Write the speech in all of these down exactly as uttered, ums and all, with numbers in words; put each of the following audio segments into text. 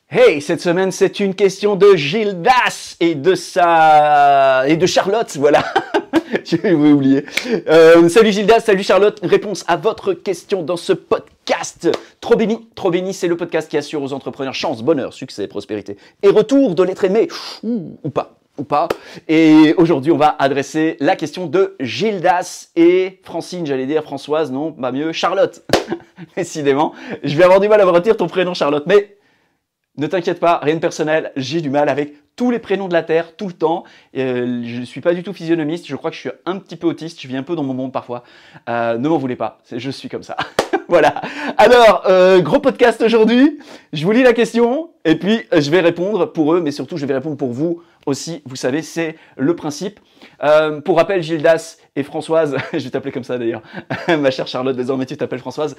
Hey, cette semaine, c'est une question de Gildas et de sa... et de Charlotte, voilà. J'avais oublié. Euh, salut Gildas, salut Charlotte. Réponse à votre question dans ce podcast. Trop béni, trop béni, c'est le podcast qui assure aux entrepreneurs chance, bonheur, succès, prospérité et retour de l'être aimé, ou, ou pas. Ou pas. Et aujourd'hui, on va adresser la question de Gildas et Francine, j'allais dire Françoise, non, pas mieux, Charlotte. Décidément, je vais avoir du mal à me retenir ton prénom, Charlotte, mais ne t'inquiète pas, rien de personnel, j'ai du mal avec tous les prénoms de la Terre, tout le temps. Euh, je ne suis pas du tout physionomiste, je crois que je suis un petit peu autiste, je vis un peu dans mon monde parfois. Euh, ne m'en voulez pas, je suis comme ça. Voilà. Alors, euh, gros podcast aujourd'hui, je vous lis la question et puis je vais répondre pour eux, mais surtout je vais répondre pour vous aussi. Vous savez, c'est le principe. Euh, pour rappel, Gildas et Françoise, je vais t'appeler comme ça d'ailleurs, ma chère Charlotte, désormais tu t'appelles Françoise.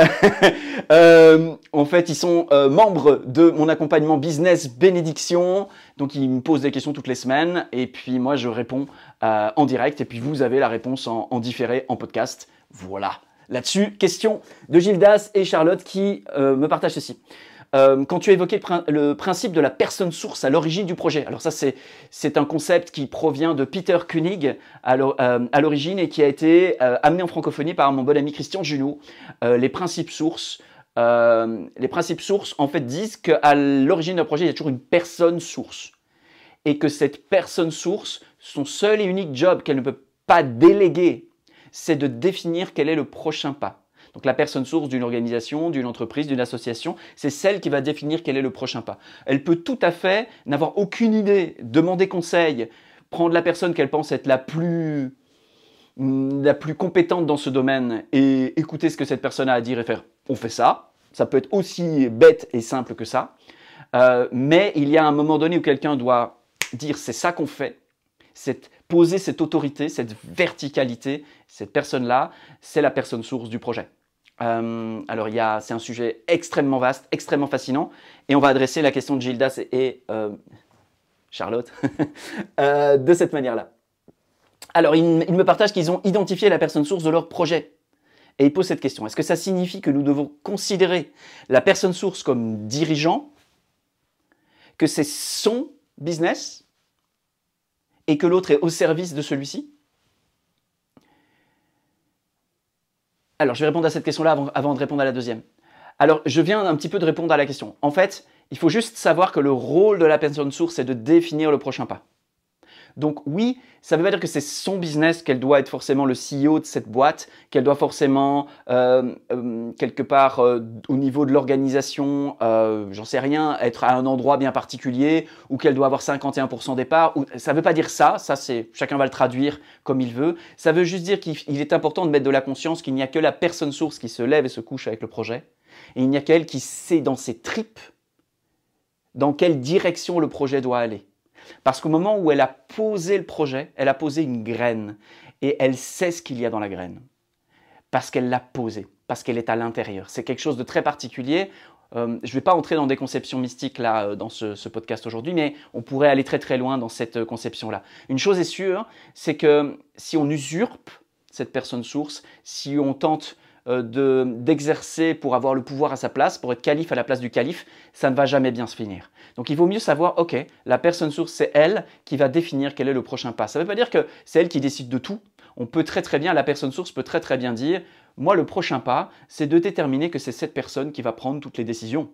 euh, en fait, ils sont euh, membres de mon accompagnement business Bénédiction. Donc, ils me posent des questions toutes les semaines et puis moi, je réponds euh, en direct et puis vous avez la réponse en, en différé, en podcast. Voilà. Là-dessus, question de Gildas et Charlotte qui euh, me partagent ceci. Euh, quand tu as évoqué le, prin le principe de la personne source à l'origine du projet, alors ça c'est un concept qui provient de Peter Koenig à l'origine et qui a été euh, amené en francophonie par mon bon ami Christian Junot. Euh, les principes sources, euh, les principes sources en fait disent qu'à l'origine d'un projet il y a toujours une personne source et que cette personne source, son seul et unique job qu'elle ne peut pas déléguer, c'est de définir quel est le prochain pas. Donc la personne source d'une organisation, d'une entreprise, d'une association, c'est celle qui va définir quel est le prochain pas. Elle peut tout à fait n'avoir aucune idée, demander conseil, prendre la personne qu'elle pense être la plus, la plus compétente dans ce domaine et écouter ce que cette personne a à dire et faire « on fait ça ». Ça peut être aussi bête et simple que ça. Euh, mais il y a un moment donné où quelqu'un doit dire « c'est ça qu'on fait ». Cette, poser cette autorité, cette verticalité, cette personne-là, c'est la personne source du projet. Euh, alors, c'est un sujet extrêmement vaste, extrêmement fascinant, et on va adresser la question de Gildas et, et euh, Charlotte euh, de cette manière-là. Alors, ils, ils me partagent qu'ils ont identifié la personne source de leur projet. Et ils posent cette question. Est-ce que ça signifie que nous devons considérer la personne source comme dirigeant, que c'est son business et que l'autre est au service de celui-ci? Alors, je vais répondre à cette question-là avant, avant de répondre à la deuxième. Alors, je viens un petit peu de répondre à la question. En fait, il faut juste savoir que le rôle de la personne source, c'est de définir le prochain pas. Donc oui, ça ne veut pas dire que c'est son business, qu'elle doit être forcément le C E O de cette boîte, qu'elle doit forcément, euh, euh, quelque part, euh, au niveau de l'organisation, euh, j'en sais rien, être à un endroit bien particulier, ou qu'elle doit avoir cinquante et un pour cent des parts. Ou, ça ne veut pas dire ça, ça c'est chacun va le traduire comme il veut. Ça veut juste dire qu'il est important de mettre de la conscience qu'il n'y a que la personne source qui se lève et se couche avec le projet, et il n'y a qu'elle qui sait dans ses tripes dans quelle direction le projet doit aller. Parce qu'au moment où elle a posé le projet, elle a posé une graine et elle sait ce qu'il y a dans la graine. Parce qu'elle l'a posée, parce qu'elle est à l'intérieur. C'est quelque chose de très particulier. Euh, je ne vais pas entrer dans des conceptions mystiques là, dans ce, ce podcast aujourd'hui, mais on pourrait aller très très loin dans cette conception-là. Une chose est sûre, c'est que si on usurpe cette personne source, si on tente euh, d'exercer pour avoir le pouvoir à sa place, pour être calife à la place du calife, ça ne va jamais bien se finir. Donc il vaut mieux savoir, ok, la personne source, c'est elle qui va définir quel est le prochain pas. Ça ne veut pas dire que c'est elle qui décide de tout. On peut très très bien, la personne source peut très très bien dire, moi le prochain pas, c'est de déterminer que c'est cette personne qui va prendre toutes les décisions.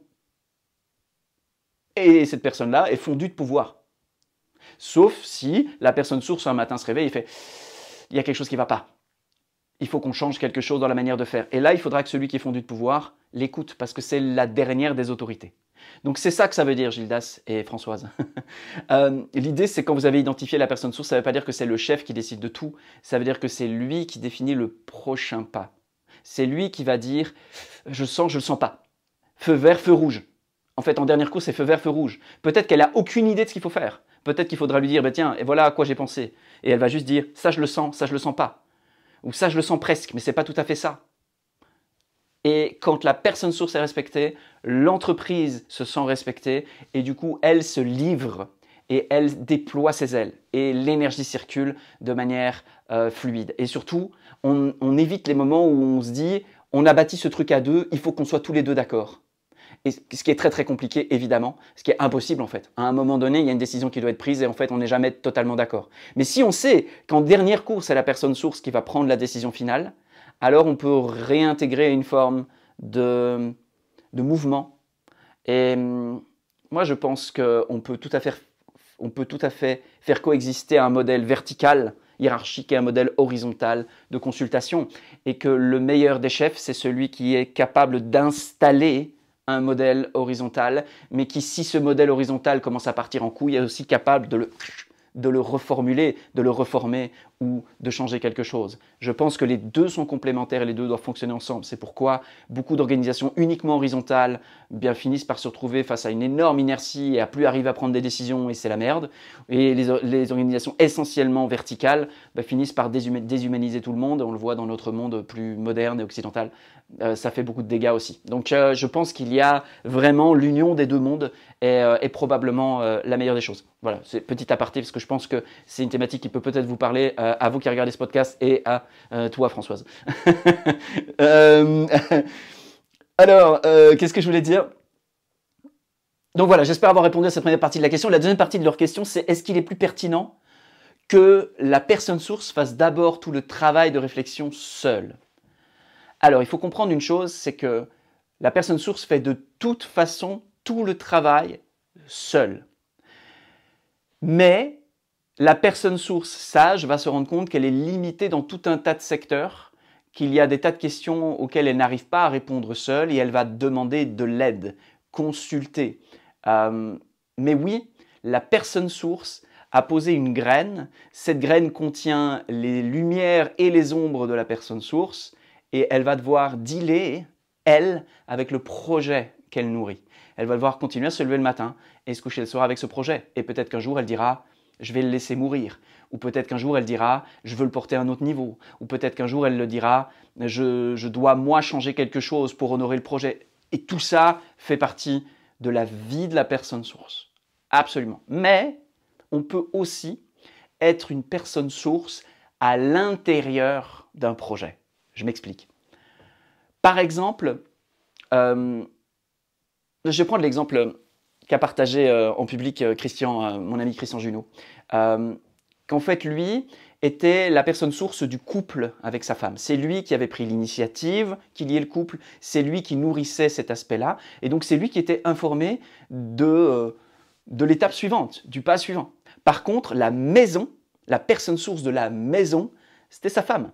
Et cette personne-là est fondue de pouvoir. Sauf si la personne source un matin se réveille et fait, il y a quelque chose qui ne va pas. Il faut qu'on change quelque chose dans la manière de faire. Et là, il faudra que celui qui est fondu de pouvoir l'écoute, parce que c'est la dernière des autorités. Donc c'est ça que ça veut dire, Gildas et Françoise. euh, L'idée, c'est quand vous avez identifié la personne source, ça ne veut pas dire que c'est le chef qui décide de tout, ça veut dire que c'est lui qui définit le prochain pas. C'est lui qui va dire, je sens, je ne le sens pas. Feu vert, feu rouge. En fait, en dernier coup, c'est feu vert, feu rouge. Peut-être qu'elle n'a aucune idée de ce qu'il faut faire. Peut-être qu'il faudra lui dire, bah, tiens, et voilà à quoi j'ai pensé. Et elle va juste dire, ça je le sens, ça je le sens pas. Ou ça je le sens presque, mais c'est pas tout à fait ça. Et quand la personne source est respectée, l'entreprise se sent respectée et du coup, elle se livre et elle déploie ses ailes et l'énergie circule de manière euh, fluide. Et surtout, on, on évite les moments où on se dit, on a bâti ce truc à deux, il faut qu'on soit tous les deux d'accord. Et ce qui est très très compliqué, évidemment, ce qui est impossible en fait. À un moment donné, il y a une décision qui doit être prise et en fait, on n'est jamais totalement d'accord. Mais si on sait qu'en dernière course, c'est la personne source qui va prendre la décision finale, alors on peut réintégrer une forme de, de mouvement. Et moi, je pense qu'on peut tout à fait, on peut tout à fait faire coexister un modèle vertical, hiérarchique et un modèle horizontal de consultation. Et que le meilleur des chefs, c'est celui qui est capable d'installer un modèle horizontal, mais qui, si ce modèle horizontal commence à partir en couille, est aussi capable de le, de le reformuler, de le reformer ou de changer quelque chose. Je pense que les deux sont complémentaires et les deux doivent fonctionner ensemble. C'est pourquoi beaucoup d'organisations uniquement horizontales bien, finissent par se retrouver face à une énorme inertie et à plus arriver à prendre des décisions et c'est la merde. Et les, les organisations essentiellement verticales ben, finissent par déshumaniser tout le monde. On le voit dans notre monde plus moderne et occidental. Euh, ça fait beaucoup de dégâts aussi. Donc euh, je pense qu'il y a vraiment l'union des deux mondes est, euh, est probablement euh, la meilleure des choses. Voilà, c'est petit aparté parce que je pense que c'est une thématique qui peut peut-être vous parler euh, à vous qui regardez ce podcast et à euh, toi Françoise. euh, alors, euh, qu'est-ce que je voulais dire? Donc voilà, j'espère avoir répondu à cette première partie de la question. La deuxième partie de leur question, c'est est-ce qu'il est plus pertinent que la personne source fasse d'abord tout le travail de réflexion seule? Alors, il faut comprendre une chose, c'est que la personne source fait de toute façon tout le travail seule. Mais la personne source sage va se rendre compte qu'elle est limitée dans tout un tas de secteurs, qu'il y a des tas de questions auxquelles elle n'arrive pas à répondre seule et elle va demander de l'aide, consulter. Euh, mais oui, la personne source a posé une graine. Cette graine contient les lumières et les ombres de la personne source. Et elle va devoir dealer, elle, avec le projet qu'elle nourrit. Elle va devoir continuer à se lever le matin et se coucher le soir avec ce projet. Et peut-être qu'un jour, elle dira « je vais le laisser mourir ». Ou peut-être qu'un jour, elle dira « je veux le porter à un autre niveau ». Ou peut-être qu'un jour, elle le dira je, « je dois, moi, changer quelque chose pour honorer le projet ». Et tout ça fait partie de la vie de la personne source. Absolument. Mais on peut aussi être une personne source à l'intérieur d'un projet. Je m'explique. Par exemple, euh, je vais prendre l'exemple qu'a partagé euh, en public euh, Christian, euh, mon ami Christian Junot, euh, qu'en fait lui était la personne source du couple avec sa femme. C'est lui qui avait pris l'initiative qu'il y ait le couple, c'est lui qui nourrissait cet aspect-là, et donc c'est lui qui était informé de, euh, de l'étape suivante, du pas suivant. Par contre, la maison, la personne source de la maison, c'était sa femme.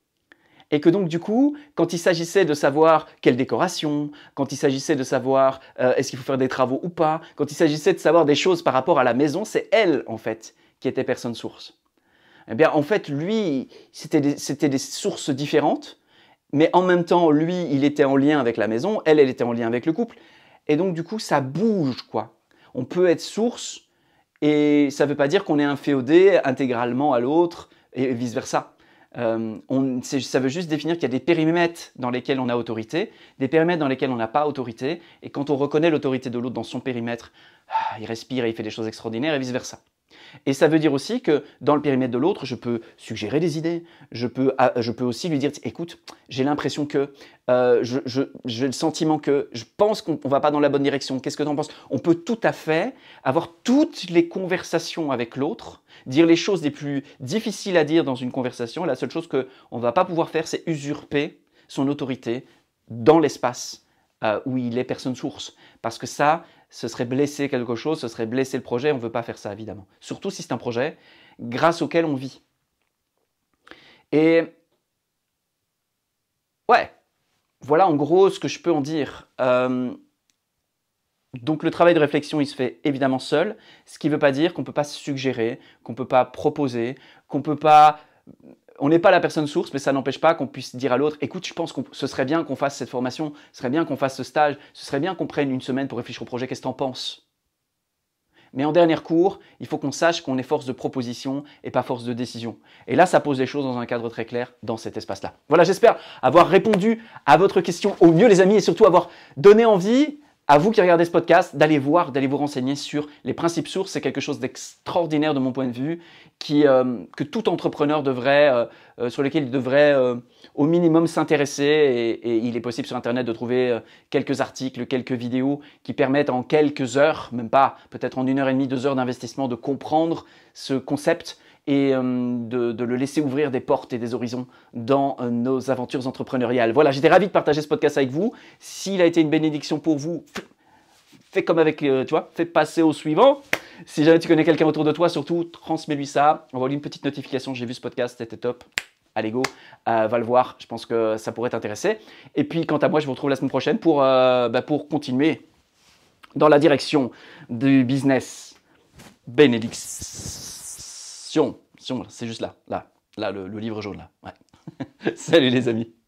Et que donc du coup, quand il s'agissait de savoir quelle décoration, quand il s'agissait de savoir euh, est-ce qu'il faut faire des travaux ou pas, quand il s'agissait de savoir des choses par rapport à la maison, c'est elle en fait qui était personne source. Eh bien en fait, lui, c'était des, c'était des sources différentes, mais en même temps, lui, il était en lien avec la maison, elle, elle était en lien avec le couple. Et donc du coup, ça bouge quoi. On peut être source et ça ne veut pas dire qu'on est inféodé intégralement à l'autre et vice-versa. Euh, on, ça veut juste définir qu'il y a des périmètres dans lesquels on a autorité, des périmètres dans lesquels on n'a pas autorité, et quand on reconnaît l'autorité de l'autre dans son périmètre, ah, il respire et il fait des choses extraordinaires et vice-versa. Et ça veut dire aussi que dans le périmètre de l'autre, je peux suggérer des idées, je peux, je peux aussi lui dire « écoute, j'ai l'impression que, euh, je, je, j'ai le sentiment que, je pense qu'on ne va pas dans la bonne direction, qu'est-ce que tu en penses ?» On peut tout à fait avoir toutes les conversations avec l'autre, dire les choses les plus difficiles à dire dans une conversation. La seule chose qu'on ne va pas pouvoir faire, c'est usurper son autorité dans l'espace euh, où il est personne source. Parce que ça, ce serait blesser quelque chose, ce serait blesser le projet. On ne veut pas faire ça, évidemment. Surtout si c'est un projet grâce auquel on vit. Et ouais, voilà en gros ce que je peux en dire. Euh, Donc le travail de réflexion, il se fait évidemment seul, ce qui ne veut pas dire qu'on ne peut pas suggérer, qu'on ne peut pas proposer, qu'on ne peut pas... On n'est pas la personne source, mais ça n'empêche pas qu'on puisse dire à l'autre « Écoute, je pense que ce serait bien qu'on fasse cette formation, ce serait bien qu'on fasse ce stage, ce serait bien qu'on prenne une semaine pour réfléchir au projet, qu'est-ce que tu en penses ?» Mais en dernier cours, il faut qu'on sache qu'on est force de proposition et pas force de décision. Et là, ça pose les choses dans un cadre très clair dans cet espace-là. Voilà, j'espère avoir répondu à votre question au mieux, les amis, et surtout avoir donné envie à vous qui regardez ce podcast d'aller voir, d'aller vous renseigner sur les principes sources. C'est quelque chose d'extraordinaire de mon point de vue, qui, euh, que tout entrepreneur devrait, euh, euh, sur lequel il devrait euh, au minimum s'intéresser. Et, et il est possible sur Internet de trouver euh, quelques articles, quelques vidéos qui permettent en quelques heures, même pas, peut-être en une heure et demie, deux heures d'investissement, de comprendre ce concept et euh, de, de le laisser ouvrir des portes et des horizons dans euh, nos aventures entrepreneuriales. Voilà, j'étais ravi de partager ce podcast avec vous. S'il a été une bénédiction pour vous, fais comme avec, euh, tu vois, fais passer au suivant. Si jamais tu connais quelqu'un autour de toi, surtout, transmets-lui ça. Envoie-lui une petite notification, j'ai vu ce podcast, c'était top. Allez go, euh, va le voir, je pense que ça pourrait t'intéresser. Et puis, quant à moi, je vous retrouve la semaine prochaine pour, euh, bah, pour continuer dans la direction du business bénédiction. C'est juste là, là, là, le, le livre jaune là. Ouais. Salut les amis.